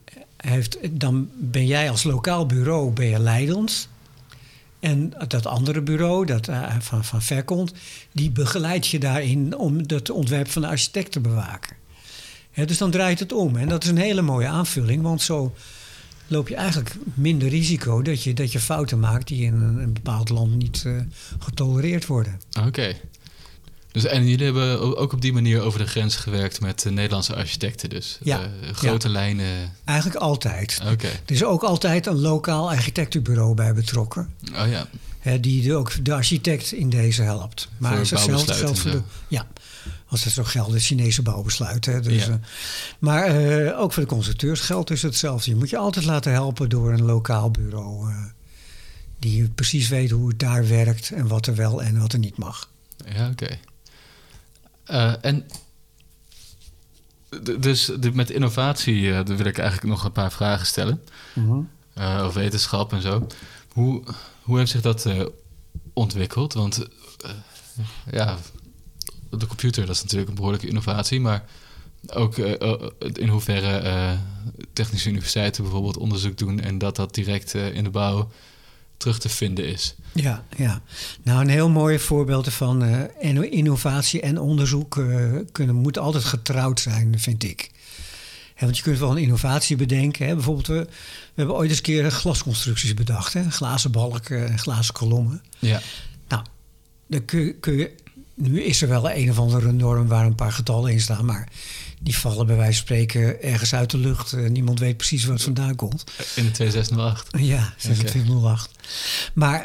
ben jij als lokaal bureau leidend. En dat andere bureau, dat van ver komt... die begeleidt je daarin om het ontwerp van de architect te bewaken. Dus dan draait het om. En dat is een hele mooie aanvulling. Want zo loop je eigenlijk minder risico dat je fouten maakt... die in een bepaald land niet getolereerd worden. Oké. Dus, en jullie hebben ook op die manier over de grens gewerkt met Nederlandse architecten dus? Ja. Grote lijnen? Eigenlijk altijd. Oké. Er is ook altijd een lokaal architectenbureau bij betrokken. Oh ja. Die ook de architect in deze helpt. Maar voor hetzelfde geldt voor als het zo geldt, de Chinese bouwbesluit. Dus, ja. Maar ook voor de constructeurs geldt dus hetzelfde. Je moet je altijd laten helpen door een lokaal bureau. Die precies weet hoe het daar werkt en wat er wel en wat er niet mag. Ja, oké. En dus met innovatie daar wil ik eigenlijk nog een paar vragen stellen. Over wetenschap en zo. Hoe heeft zich dat ontwikkeld? Want de computer, dat is natuurlijk een behoorlijke innovatie. Maar ook in hoeverre technische universiteiten bijvoorbeeld onderzoek doen... en dat direct in de bouw terug te vinden is. Ja. Nou, een heel mooi voorbeeld ervan. Innovatie en onderzoek moeten altijd getrouwd zijn, vind ik. Want je kunt wel een innovatie bedenken. Bijvoorbeeld, we hebben ooit eens een keer glasconstructies bedacht. Glazen balken en glazen kolommen. Ja. Nou, dan kun je... Nu is er wel een of andere norm waar een paar getallen in staan... maar die vallen bij wijze van spreken ergens uit de lucht. Niemand weet precies waar het vandaan komt. In de 2608? Ja, 2608. Maar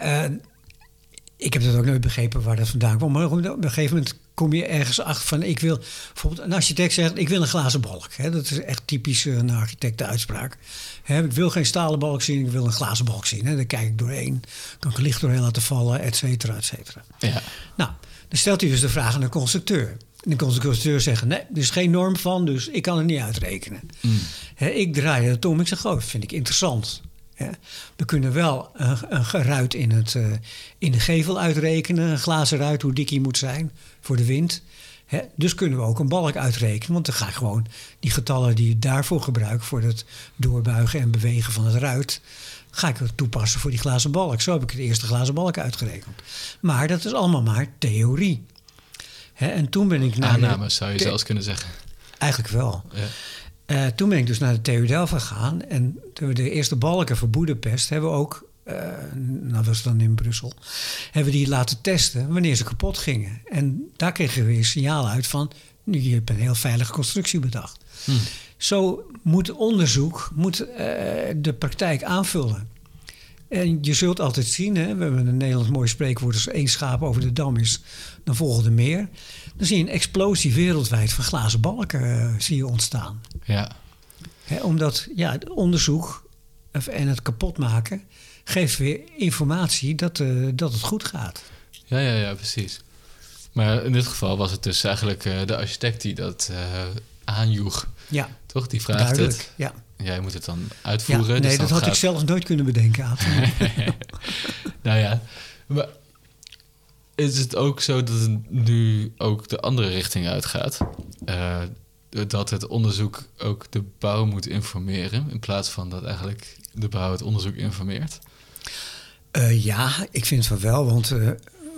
ik heb dat ook nooit begrepen waar dat vandaan kwam. Maar op een gegeven moment kom je ergens achter van... ik wil bijvoorbeeld een architect zegt, ik wil een glazen balk. Dat is echt typisch een architectenuitspraak. Ik wil geen stalen balk zien, ik wil een glazen balk zien. Daar kijk ik doorheen, kan ik licht doorheen laten vallen, et cetera, et cetera. Ja. Nou, dan stelt hij dus de vraag aan de constructeur. En de constructeur zegt, nee, er is geen norm van, dus ik kan het niet uitrekenen. Ik draai het om, ik zeg, dat vind ik interessant. We kunnen wel een geruit in de gevel uitrekenen, een glazen ruit, hoe dik die moet zijn voor de wind. Dus kunnen we ook een balk uitrekenen, want dan ga ik gewoon die getallen die je daarvoor gebruikt, voor het doorbuigen en bewegen van het ruit, ga ik het toepassen voor die glazen balk. Zo heb ik de eerste glazen balk uitgerekend. Maar dat is allemaal maar theorie. En toen ben ik naar aannames zou je zelfs kunnen zeggen. Eigenlijk wel. Ja. Toen ben ik dus naar de TU Delft gegaan. En toen we de eerste balken voor Boedapest hebben we ook... dat was dan in Brussel. Hebben we die laten testen wanneer ze kapot gingen. En daar kregen we weer signaal uit van... nu, je hebt een heel veilige constructie bedacht. Zo moet onderzoek de praktijk aanvullen. En je zult altijd zien, we hebben een Nederlands mooi spreekwoord... als één schaap over de dam is, dan volgen er meer. Dan zie je een explosie wereldwijd van glazen balken zie je ontstaan. Ja. Omdat het onderzoek en het kapotmaken... geeft weer informatie dat het goed gaat. Ja, precies. Maar in dit geval was het dus eigenlijk de architect die dat aanjoeg. Ja. Toch? Die vraagt duidelijk, het. Ja. Jij moet het dan uitvoeren. Ja, nee, dus dat had ik zelfs nooit kunnen bedenken. Nou ja, maar is het ook zo dat het nu ook de andere richting uitgaat? Dat het onderzoek ook de bouw moet informeren... in plaats van dat eigenlijk de bouw het onderzoek informeert? Ja, ik vind het wel, want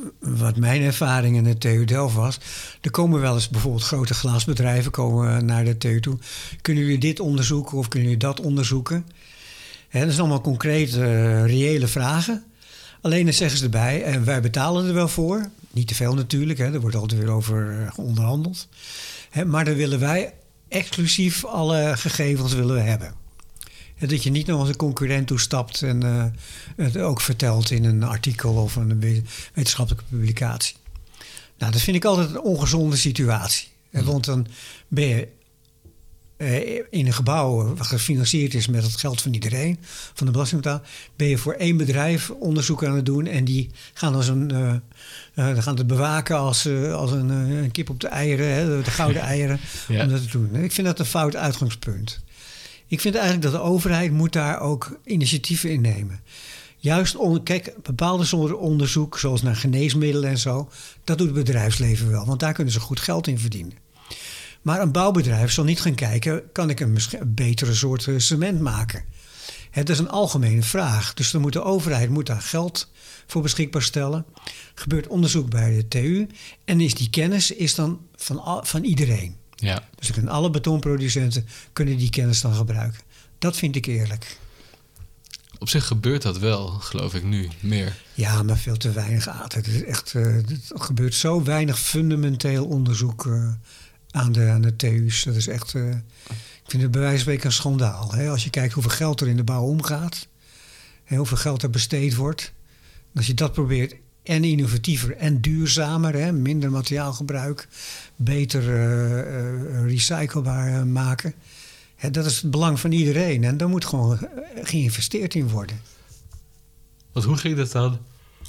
wat mijn ervaring in de TU Delft was... er komen wel eens bijvoorbeeld grote glasbedrijven komen naar de TU toe. Kunnen jullie dit onderzoeken of kunnen jullie dat onderzoeken? Dat zijn allemaal concrete, reële vragen. Alleen dan zeggen ze erbij, en wij betalen er wel voor. Niet te veel natuurlijk, er wordt altijd weer over onderhandeld. Maar dan willen wij exclusief alle gegevens willen we hebben. Dat je niet nog als een concurrent toestapt en het ook vertelt in een artikel of een wetenschappelijke publicatie. Nou, dat vind ik altijd een ongezonde situatie. Want dan ben je in een gebouw wat gefinancierd is met het geld van iedereen, van de belastingbetaler, ben je voor één bedrijf onderzoek aan het doen en die gaan dan gaan het bewaken als een kip op de eieren, de gouden eieren, om dat te doen. Ik vind dat een fout uitgangspunt. Ik vind eigenlijk dat de overheid moet daar ook initiatieven in nemen. Juist, kijk, bepaalde soorten onderzoek, zoals naar geneesmiddelen en zo, dat doet het bedrijfsleven wel, want daar kunnen ze goed geld in verdienen. Maar een bouwbedrijf zal niet gaan kijken, kan ik een betere soort cement maken? Dat is een algemene vraag. Dus dan moet de overheid daar geld voor beschikbaar stellen. Er gebeurt onderzoek bij de TU en die kennis dan van iedereen. Ja. Dus alle betonproducenten kunnen die kennis dan gebruiken. Dat vind ik eerlijk. Op zich gebeurt dat wel, geloof ik nu, meer. Ja, maar veel te weinig. Het is echt, er gebeurt zo weinig fundamenteel onderzoek aan de TU's. Dat is echt, ik vind het bij wijze van spreken een schandaal. Als je kijkt hoeveel geld er in de bouw omgaat, hoeveel geld er besteed wordt. Als je dat probeert en innovatiever en duurzamer, minder materiaalgebruik, beter recyclebaar maken. Dat is het belang van iedereen en daar moet gewoon geïnvesteerd in worden. Want hoe ging dat dan?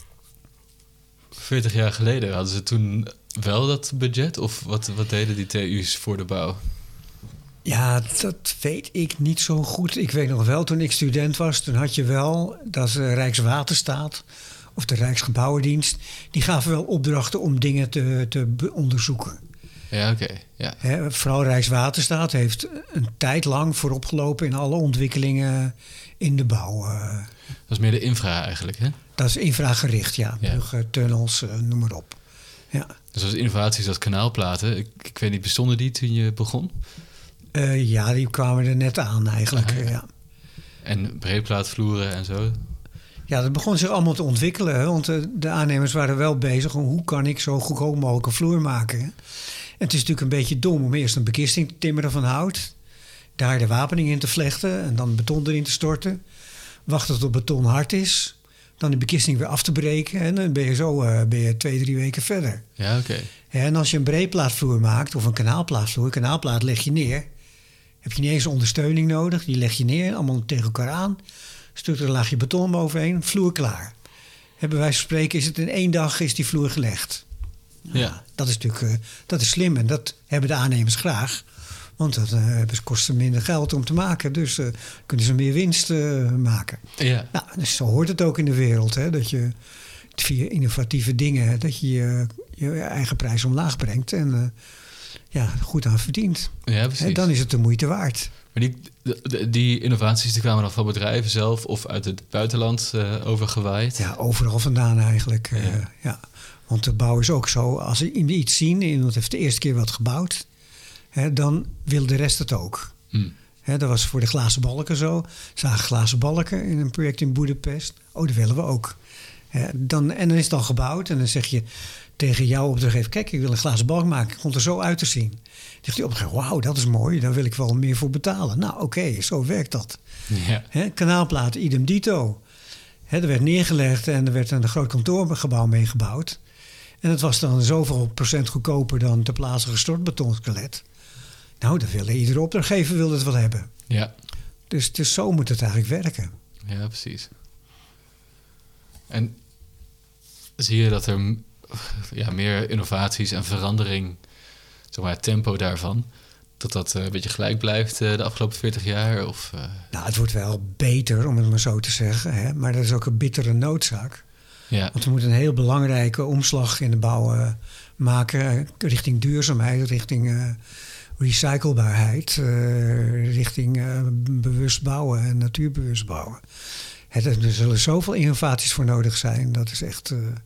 40 jaar geleden, hadden ze toen wel dat budget? Of wat deden die TU's voor de bouw? Ja, dat weet ik niet zo goed. Ik weet nog wel, toen ik student was, toen had je wel dat Rijkswaterstaat of de Rijksgebouwendienst, die gaven wel opdrachten om dingen te onderzoeken. Ja, oké. Ja. Vooral Rijkswaterstaat heeft een tijd lang vooropgelopen in alle ontwikkelingen in de bouw. Dat is meer de infra eigenlijk, hè? Dat is infragericht, ja. Bruggen, tunnels, noem maar op. Ja. Dus als innovaties als kanaalplaten, ik weet niet, bestonden die toen je begon? Ja, die kwamen er net aan eigenlijk, ja. En breedplaatvloeren en zo? Ja, dat begon zich allemaal te ontwikkelen. Hè? Want de aannemers waren wel bezig om hoe kan ik zo goedkoop mogelijk een vloer maken. Hè? En het is natuurlijk een beetje dom om eerst een bekisting te timmeren van hout. Daar de wapening in te vlechten en dan beton erin te storten. Wachten tot het beton hard is. Dan de bekisting weer af te breken. En dan ben je 2-3 weken verder. Ja, oké. En als je een breedplaatvloer maakt of een kanaalplaatvloer. Kanaalplaat leg je neer. Heb je niet eens ondersteuning nodig. Die leg je neer, allemaal tegen elkaar aan. Stuurt er een laagje beton bovenheen, vloer klaar. Bij wijze van spreken is het in 1 dag is die vloer gelegd. Ja. Dat is natuurlijk dat is slim en dat hebben de aannemers graag. Want dat kost ze minder geld om te maken. Dus kunnen ze meer winst maken. Ja. Nou, dus zo hoort het ook in de wereld. Hè, dat je via innovatieve dingen dat je je eigen prijs omlaag brengt. En goed aan verdient. Ja, precies. En dan is het de moeite waard. Maar die innovaties die kwamen dan van bedrijven zelf of uit het buitenland overgewaaid? Ja, overal vandaan eigenlijk. Ja. Want de bouw is ook zo, als iemand iets zien, iemand heeft de eerste keer wat gebouwd, dan wil de rest het ook. Dat was voor de glazen balken zo. Zagen glazen balken in een project in Boedapest. Oh, dat willen we ook. En dan is het al gebouwd en dan zeg je tegen jouw opdrachtgever, kijk, ik wil een glazen balk maken. Het komt er zo uit te zien. Dan zegt die opdrachtgever, wauw, dat is mooi. Daar wil ik wel meer voor betalen. Nou, oké, zo werkt dat. Ja. Kanaalplaat, idem dito. Er werd neergelegd en er werd een groot kantoorgebouw mee gebouwd. En het was dan zoveel procent goedkoper dan ter plaatse gestort betonskelet. Nou, iedere opdrachtgever wil het wel hebben. Ja. Dus zo moet het eigenlijk werken. Ja, precies. En zie je dat er meer innovaties en verandering, zeg maar het tempo daarvan, dat een beetje gelijk blijft de afgelopen 40 jaar? Of, Nou, het wordt wel beter, om het maar zo te zeggen. Hè? Maar dat is ook een bittere noodzaak. Ja. Want we moeten een heel belangrijke omslag in de bouw maken richting duurzaamheid, richting recyclebaarheid, richting bewust bouwen en natuurbewust bouwen. Er zullen zoveel innovaties voor nodig zijn. Dat is echt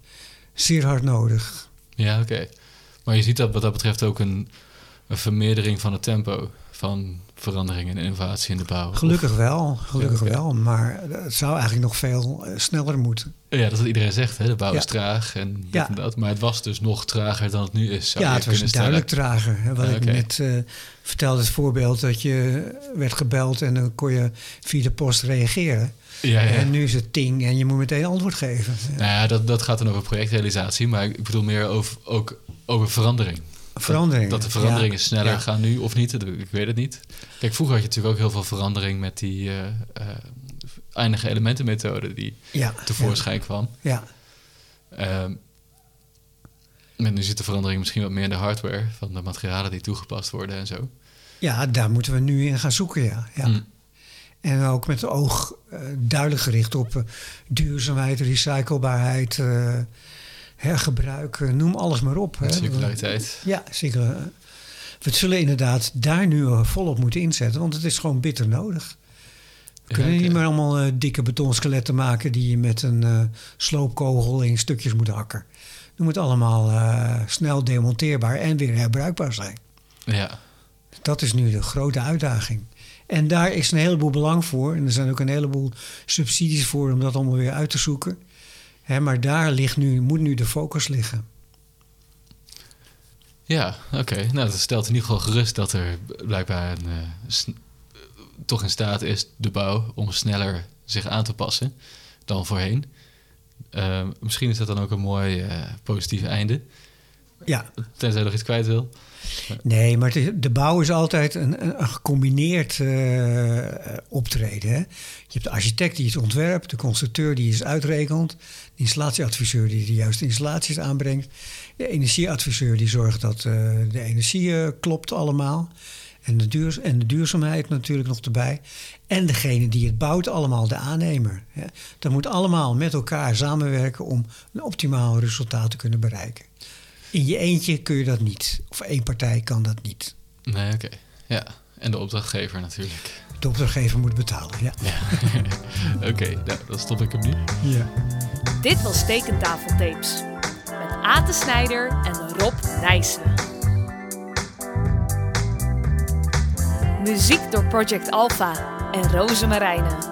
zeer hard nodig. Ja, oké. Maar je ziet dat wat dat betreft ook een vermeerdering van het tempo van verandering en innovatie in de bouw. Gelukkig wel. Maar het zou eigenlijk nog veel sneller moeten. Ja, dat is wat iedereen zegt. Hè? De bouw is traag en dit en dat. Maar het was dus nog trager dan het nu is. Ja, het was duidelijk trager. Wat ik net vertelde, het voorbeeld dat je werd gebeld en dan kon je via de post reageren. Ja. En nu is het ting en je moet meteen antwoord geven. Nou ja, dat gaat dan over projectrealisatie. Maar ik bedoel meer over verandering. Dat de veranderingen sneller gaan nu of niet, ik weet het niet. Kijk, vroeger had je natuurlijk ook heel veel verandering met die eindige elementenmethode die tevoorschijn kwam. Ja. En nu zit de verandering misschien wat meer in de hardware van de materialen die toegepast worden en zo. Ja, daar moeten we nu in gaan zoeken, ja. En ook met het oog duidelijk gericht op duurzaamheid, recyclebaarheid, hergebruik, noem alles maar op. Circulariteit. Ja, zeker. We zullen inderdaad daar nu volop moeten inzetten, want het is gewoon bitter nodig. We kunnen niet meer allemaal dikke betonskeletten maken die je met een sloopkogel in stukjes moet hakken. Het moet allemaal snel demonteerbaar en weer herbruikbaar zijn. Ja. Dat is nu de grote uitdaging. En daar is een heleboel belang voor. En er zijn ook een heleboel subsidies voor om dat allemaal weer uit te zoeken. Maar daar moet nu de focus liggen. Ja, oké. Nou, dat stelt in ieder geval gerust dat er blijkbaar toch in staat is, de bouw, om sneller zich aan te passen dan voorheen. Misschien is dat dan ook een mooi positief einde. Ja. Tenzij je nog iets kwijt wil. Nee, maar de bouw is altijd een gecombineerd optreden. Hè? Je hebt de architect die het ontwerpt, de constructeur die het uitrekent, de installatieadviseur die de juiste installaties aanbrengt, de energieadviseur die zorgt dat de energie klopt allemaal. En de duurzaamheid natuurlijk nog erbij. En degene die het bouwt, allemaal de aannemer. Hè? Dat moet allemaal met elkaar samenwerken om een optimaal resultaat te kunnen bereiken. In je eentje kun je dat niet. Of één partij kan dat niet. Nee, oké. Ja, en de opdrachtgever natuurlijk. De opdrachtgever moet betalen, ja. Oké, nou, dan stop ik hem nu. Ja. Dit was Tekentafeltapes. Met Aad de Snijder en Rob Nijssen. Muziek door Project Alpha en Roze Marijnen.